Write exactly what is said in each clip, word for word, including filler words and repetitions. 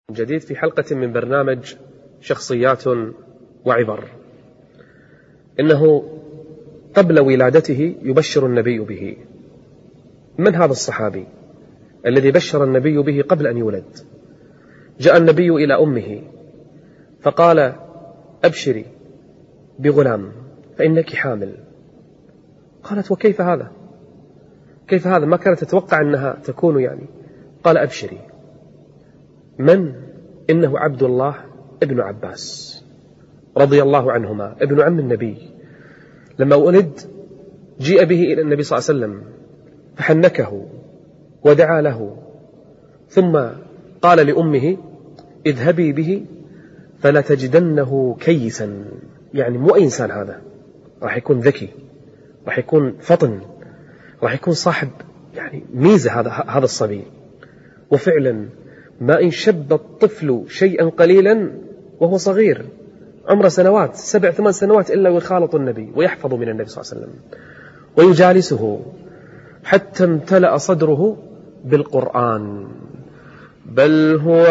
جديد في حلقة من برنامج شخصيات وعبر. إنه قبل ولادته يبشر النبي به. من هذا الصحابي الذي بشر النبي به قبل أن يولد؟ جاء النبي إلى أمه فقال: أبشري بغلام فإنك حامل. قالت: وكيف هذا؟ كيف هذا؟ ما كانت تتوقع أنها تكون يعني. قال: أبشري. من؟ إنه عبد الله ابن عباس رضي الله عنهما، ابن عم النبي. لما ولد جيء به إلى النبي صلى الله عليه وسلم فحنكه ودعا له، ثم قال لأمه: اذهبي به فلا تجدنه كيسا، يعني مو أي إنسان هذا، راح يكون ذكي، راح يكون فطن، راح يكون صاحب يعني ميزة هذا هذا الصبي. وفعلا ما إن شب الطفل شيئا قليلا وهو صغير عمره سنوات، سبع ثمان سنوات، إلا ويخالط النبي ويحفظ من النبي صلى الله عليه وسلم ويجالسه حتى امتلأ صدره بالقرآن. بل هو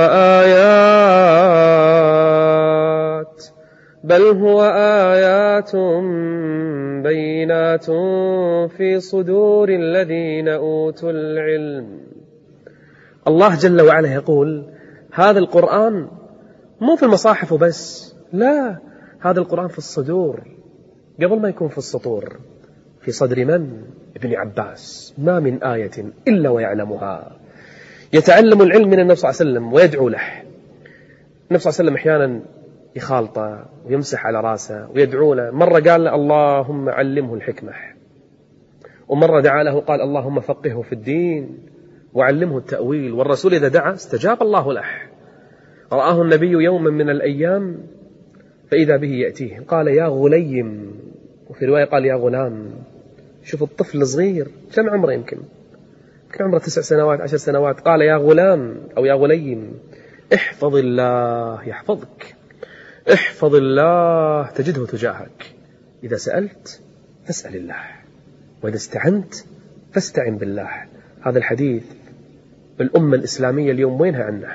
آيات بل هو آيات بينات في صدور الذين أوتوا العلم. الله جل وعلا يقول هذا القرآن مو في المصاحف بس، لا، هذا القرآن في الصدور قبل ما يكون في السطور. في صدر من؟ ابن عباس. ما من آية إلا ويعلمها. يتعلم العلم من النبي صلى الله عليه وسلم ويدعو له. النبي صلى الله عليه وسلم أحيانا يخالطه ويمسح على راسه ويدعو له. مرة قال له: اللهم علمه الحكمة. ومرة دعا له قال: اللهم فقهه في الدين وعلمه التأويل. والرسول إذا دعا استجاب الله له. رآه النبي يوما من الأيام فإذا به يأتيه قال: يا غليم، وفي رواية قال: يا غلام. شوف الطفل الصغير كم عمره؟ يمكن كم عمره؟ تسع سنوات، عشر سنوات. قال: يا غلام أو يا غليم، احفظ الله يحفظك، احفظ الله تجده تجاهك. إذا سألت فاسأل الله، وإذا استعنت فاستعن بالله. هذا الحديث الأمة الإسلامية اليوم وينها عنه؟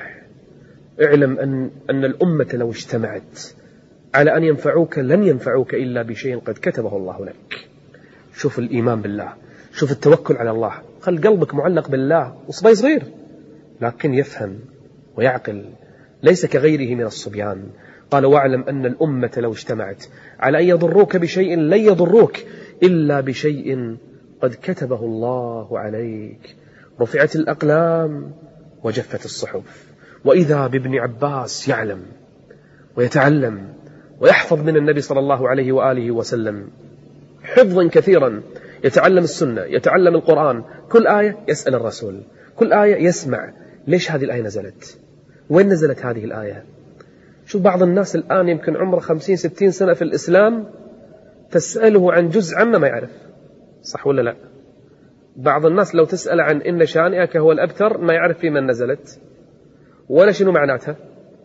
اعلم أن, أن الأمة لو اجتمعت على أن ينفعوك لن ينفعوك إلا بشيء قد كتبه الله لك. شوف الإيمان بالله، شوف التوكل على الله. خل قلبك معلق بالله. وصبي صغير لكن يفهم ويعقل، ليس كغيره من الصبيان. قال: واعلم أن الأمة لو اجتمعت على أن يضروك بشيء لن يضروك إلا بشيء قد كتبه الله عليك. رفعت الأقلام وجفت الصحف. وإذا بابن عباس يعلم ويتعلم ويحفظ من النبي صلى الله عليه وآله وسلم حفظا كثيرا. يتعلم السنة، يتعلم القرآن، كل آية يسأل الرسول، كل آية يسمع ليش هذه الآية نزلت، وين نزلت هذه الآية. شوف بعض الناس الآن يمكن عمره خمسين ستين سنة في الإسلام، تسأله عن جزء عما ما يعرف، صح ولا لا؟ بعض الناس لو تسأل عن إن شانئك هو الأبتر ما يعرف في من نزلت ولا شنو معناتها.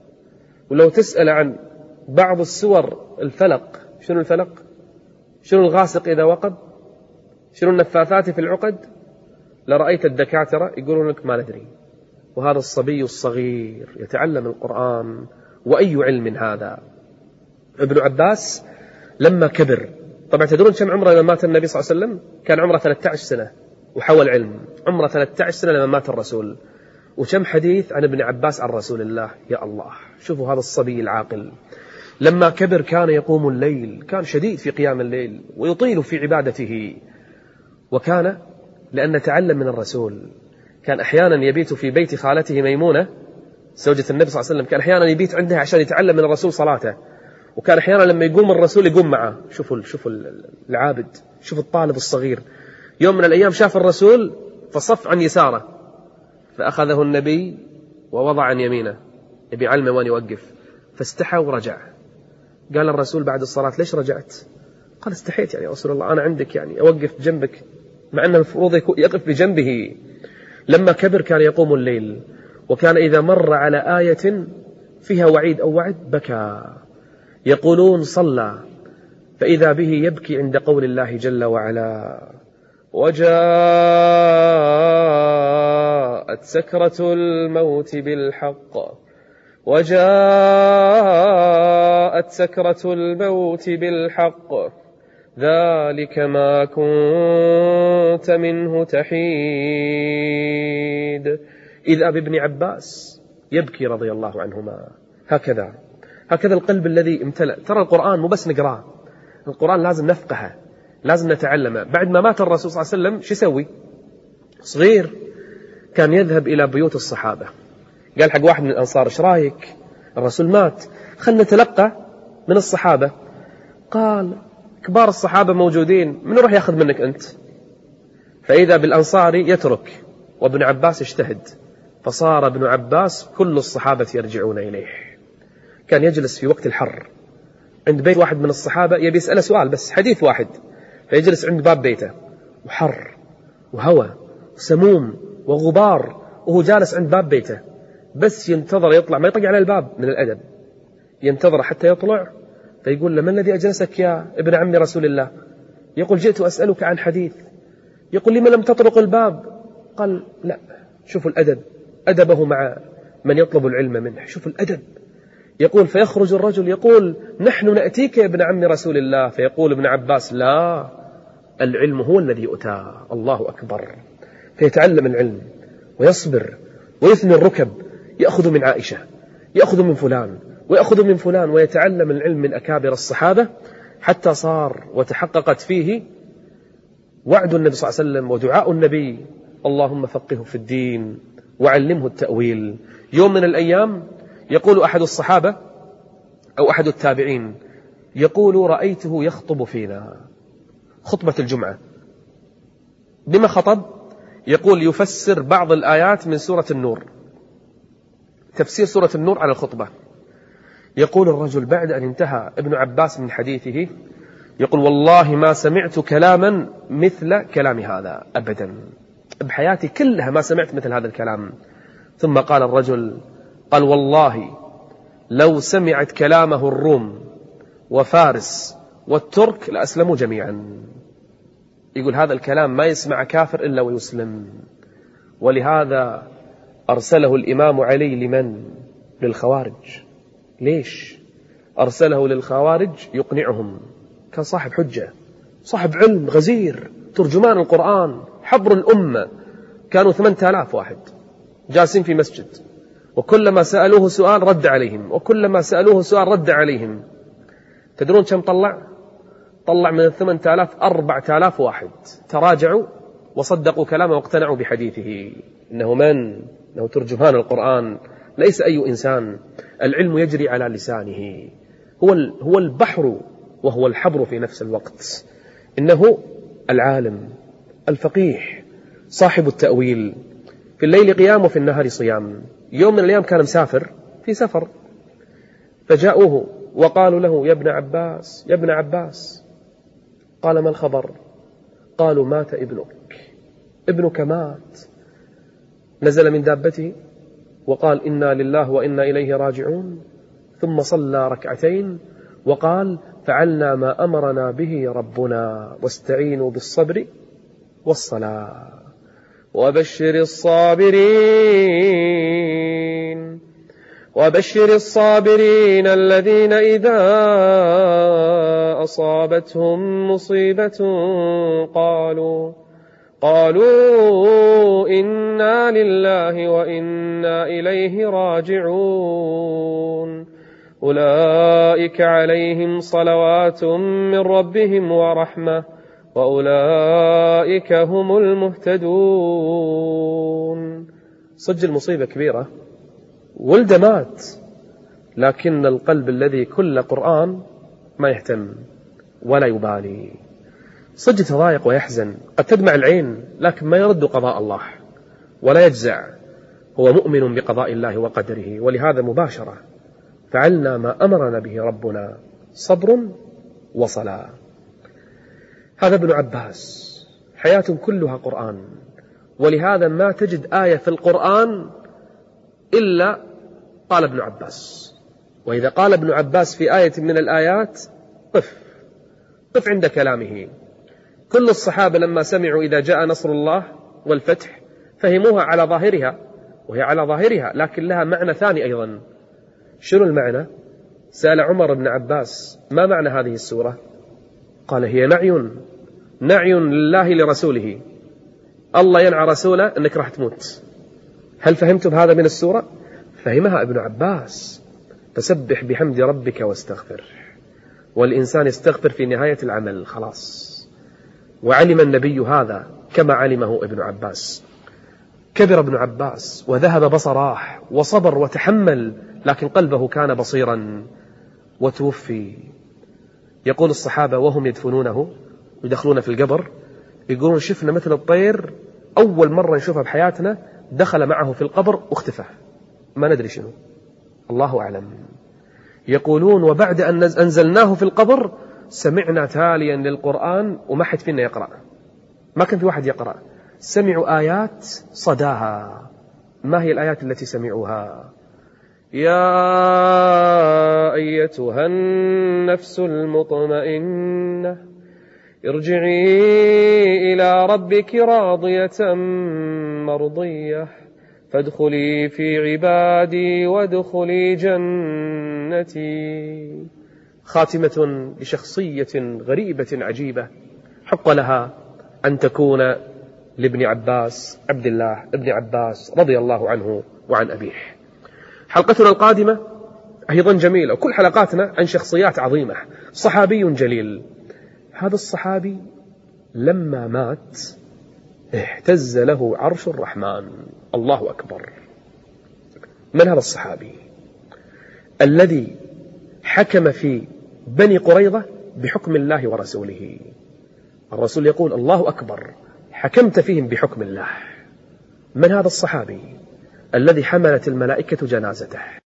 ولو تسأل عن بعض السور الفلق، شنو الفلق، شنو الغاسق إذا وقب، شنو النفاثات في العقد، لرأيت الدكاترة يقولون لك ما ندري. وهذا الصبي الصغير يتعلم القرآن، وأي علم هذا. ابن عباس لما كبر، طبعا تدرون كم عمره لما مات النبي صلى الله عليه وسلم؟ كان عمره ثلاثة عشر سنة وحول علم. عمره ثلاثة عشر سنة لما مات الرسول. وكم حديث عن ابن عباس عن رسول الله. يا الله، شوفوا هذا الصبي العاقل لما كبر كان يقوم الليل، كان شديد في قيام الليل ويطيل في عبادته. وكان لأن تعلم من الرسول، كان أحيانا يبيت في بيت خالته ميمونة زوجة النبي صلى الله عليه وسلم، كان أحيانا يبيت عندها عشان يتعلم من الرسول صلاته. وكان أحيانا لما يقوم الرسول يقوم معه. شوفوا شوفوا العابد، شوفوا الطالب الصغير. يوم من الأيام شاف الرسول فصف عن يساره، فأخذه النبي ووضع عن يمينه، يبي علمه وين يوقف، فاستحى ورجع. قال الرسول بعد الصلاة: ليش رجعت؟ قال: استحيت يعني يا رسول الله، أنا عندك يعني أوقف جنبك، مع أنه المفروض يقف بجنبه. لما كبر كان يقوم الليل، وكان إذا مر على آية فيها وعيد أو وعد بكى. يقولون صلى فإذا به يبكي عند قول الله جل وعلا: وجاءت سكرة الموت بالحق وجاءت سكرة الموت بالحق ذلك ما كنت منه تحيد. إذا بابن عباس يبكي رضي الله عنهما. هكذا هكذا القلب الذي امتلأ. ترى القرآن مو بس نقراه، القرآن لازم نفقهه، لازم نتعلمه. بعد ما مات الرسول صلى الله عليه وسلم شو يسوي؟ صغير كان يذهب إلى بيوت الصحابة، قال حق واحد من الأنصار ايش رايك؟ الرسول مات، خلنا نتلقى من الصحابة. قال كبار الصحابة موجودين، من يروح يأخذ منك أنت؟ فإذا بالأنصاري يترك، وابن عباس اجتهد، فصار ابن عباس كل الصحابة يرجعون إليه. كان يجلس في وقت الحر عند بيت واحد من الصحابة، يبي يسأله سؤال بس حديث واحد، فيجلس عند باب بيته وحر وهوى وسموم وغبار، وهو جالس عند باب بيته بس ينتظر يطلع، ما يطق على الباب من الأدب، ينتظر حتى يطلع. فيقول له: من الذي أجلسك يا ابن عم رسول الله؟ يقول: جئت أسألك عن حديث. يقول: لما لم تطرق الباب؟ قال: لا. شوفوا الأدب، أدبه مع من يطلب العلم منه، شوفوا الأدب. يقول: فيخرج الرجل يقول: نحن نأتيك يا ابن عم رسول الله. فيقول ابن عباس: لا، العلم هو الذي يؤتى. الله أكبر. فيتعلم العلم ويصبر ويثني الركب، يأخذ من عائشة، يأخذ من فلان، ويأخذ من فلان، ويتعلم العلم من أكابر الصحابة، حتى صار وتحققت فيه وعد النبي صلى الله عليه وسلم ودعاء النبي: اللهم فقهه في الدين وعلمه التأويل. يوم من الأيام يقول أحد الصحابة أو أحد التابعين، يقول: رأيته يخطب فينا خطبة الجمعة. بما خطب؟ يقول: يفسر بعض الآيات من سورة النور، تفسير سورة النور على الخطبة. يقول الرجل بعد أن انتهى ابن عباس من حديثه، يقول: والله ما سمعت كلاما مثل كلام هذا أبدا، بحياتي كلها ما سمعت مثل هذا الكلام. ثم قال الرجل، قال: والله لو سمعت كلامه الروم وفارس والترك لأسلموا جميعا. يقول هذا الكلام ما يسمع كافر إلا ويسلم. ولهذا أرسله الإمام علي لمن؟ للخوارج. ليش أرسله للخوارج؟ يقنعهم. كان صاحب حجة، صاحب علم غزير، ترجمان القرآن، حبر الأمة. كانوا ثمانية آلاف واحد جالسين في مسجد، وكلما سألوه سؤال رد عليهم، وكلما سألوه سؤال رد عليهم. تدرون كم طلع؟ طلع من الثمانية آلاف أربعة آلاف واحد تراجعوا وصدقوا كلامه واقتنعوا بحديثه. إنه من؟ إنه ترجمان القرآن، ليس أي إنسان. العلم يجري على لسانه، هو هو البحر وهو الحبر في نفس الوقت. إنه العالم الفقيه صاحب التأويل، في الليل قيام وفي النهار صيام. يوم من الأيام كان مسافر في سفر، فجاءوه وقالوا له: يا ابن عباس، يا ابن عباس. قال: ما الخبر؟ قالوا: مات ابنك، ابنك مات. نزل من دابته وقال: إنا لله وإنا إليه راجعون، ثم صلى ركعتين وقال: فعلنا ما أمرنا به ربنا واستعينوا بالصبر والصلاة وبشر الصابرين وبشر الصابرين الذين إذا أصابتهم مصيبة قالوا قالوا إنا لله وإنا إليه راجعون، أولئك عليهم صلوات من ربهم ورحمة وأولئك هم المهتدون. صج المصيبة كبيرة، ولد مات، لكن القلب الذي كل قرآن ما يهتم ولا يبالي. صج تضايق ويحزن، قد تدمع العين، لكن ما يرد قضاء الله ولا يجزع، هو مؤمن بقضاء الله وقدره. ولهذا مباشرة فعلنا ما أمرنا به ربنا، صبر وصلاة. هذا ابن عباس، حياة كلها قرآن. ولهذا ما تجد آية في القرآن إلا قال ابن عباس. وإذا قال ابن عباس في آية من الآيات قف قف عند كلامه. كل الصحابة لما سمعوا إذا جاء نصر الله والفتح فهموها على ظاهرها، وهي على ظاهرها، لكن لها معنى ثاني أيضا. شنو المعنى؟ سأل عمر بن عباس: ما معنى هذه السورة؟ قال: هي نعي نعي لله لرسوله، الله ينعى رسوله أنك راح تموت. هل فهمتم هذا من السورة؟ فهمها ابن عباس: فسبح بحمد ربك واستغفر. والإنسان يستغفر في نهاية العمل خلاص. وعلم النبي هذا كما علمه ابن عباس. كبر ابن عباس وذهب بصره وصبر وتحمل، لكن قلبه كان بصيرا وتوفي. يقول الصحابة وهم يدفنونه، يدخلون في القبر، يقولون شفنا مثل الطير أول مرة نشوفها بحياتنا دخل معه في القبر واختفى، ما ندري شنو، الله أعلم. يقولون وبعد أن أنزلناه في القبر سمعنا تاليا للقرآن وما حد فينا يقرأ، ما كان في واحد يقرأ، سمعوا آيات صداها. ما هي الآيات التي سمعوها؟ يا أيتها النفس المطمئنة ارجعي إلى ربك راضية مرضية فادخلي في عبادي وادخلي جنتي. خاتمة لشخصية غريبة عجيبة حق لها أن تكون لابن عباس، عبد الله ابن عباس رضي الله عنه وعن أبيه. حلقتنا القادمة أيضا جميلة، وكل حلقاتنا عن شخصيات عظيمة. صحابي جليل، هذا الصحابي لما مات اهتز له عرش الرحمن، الله أكبر. من هذا الصحابي الذي حكم في بني قريظة بحكم الله ورسوله؟ الرسول يقول الله أكبر، حكمت فيهم بحكم الله. من هذا الصحابي الذي حملت الملائكة جنازته؟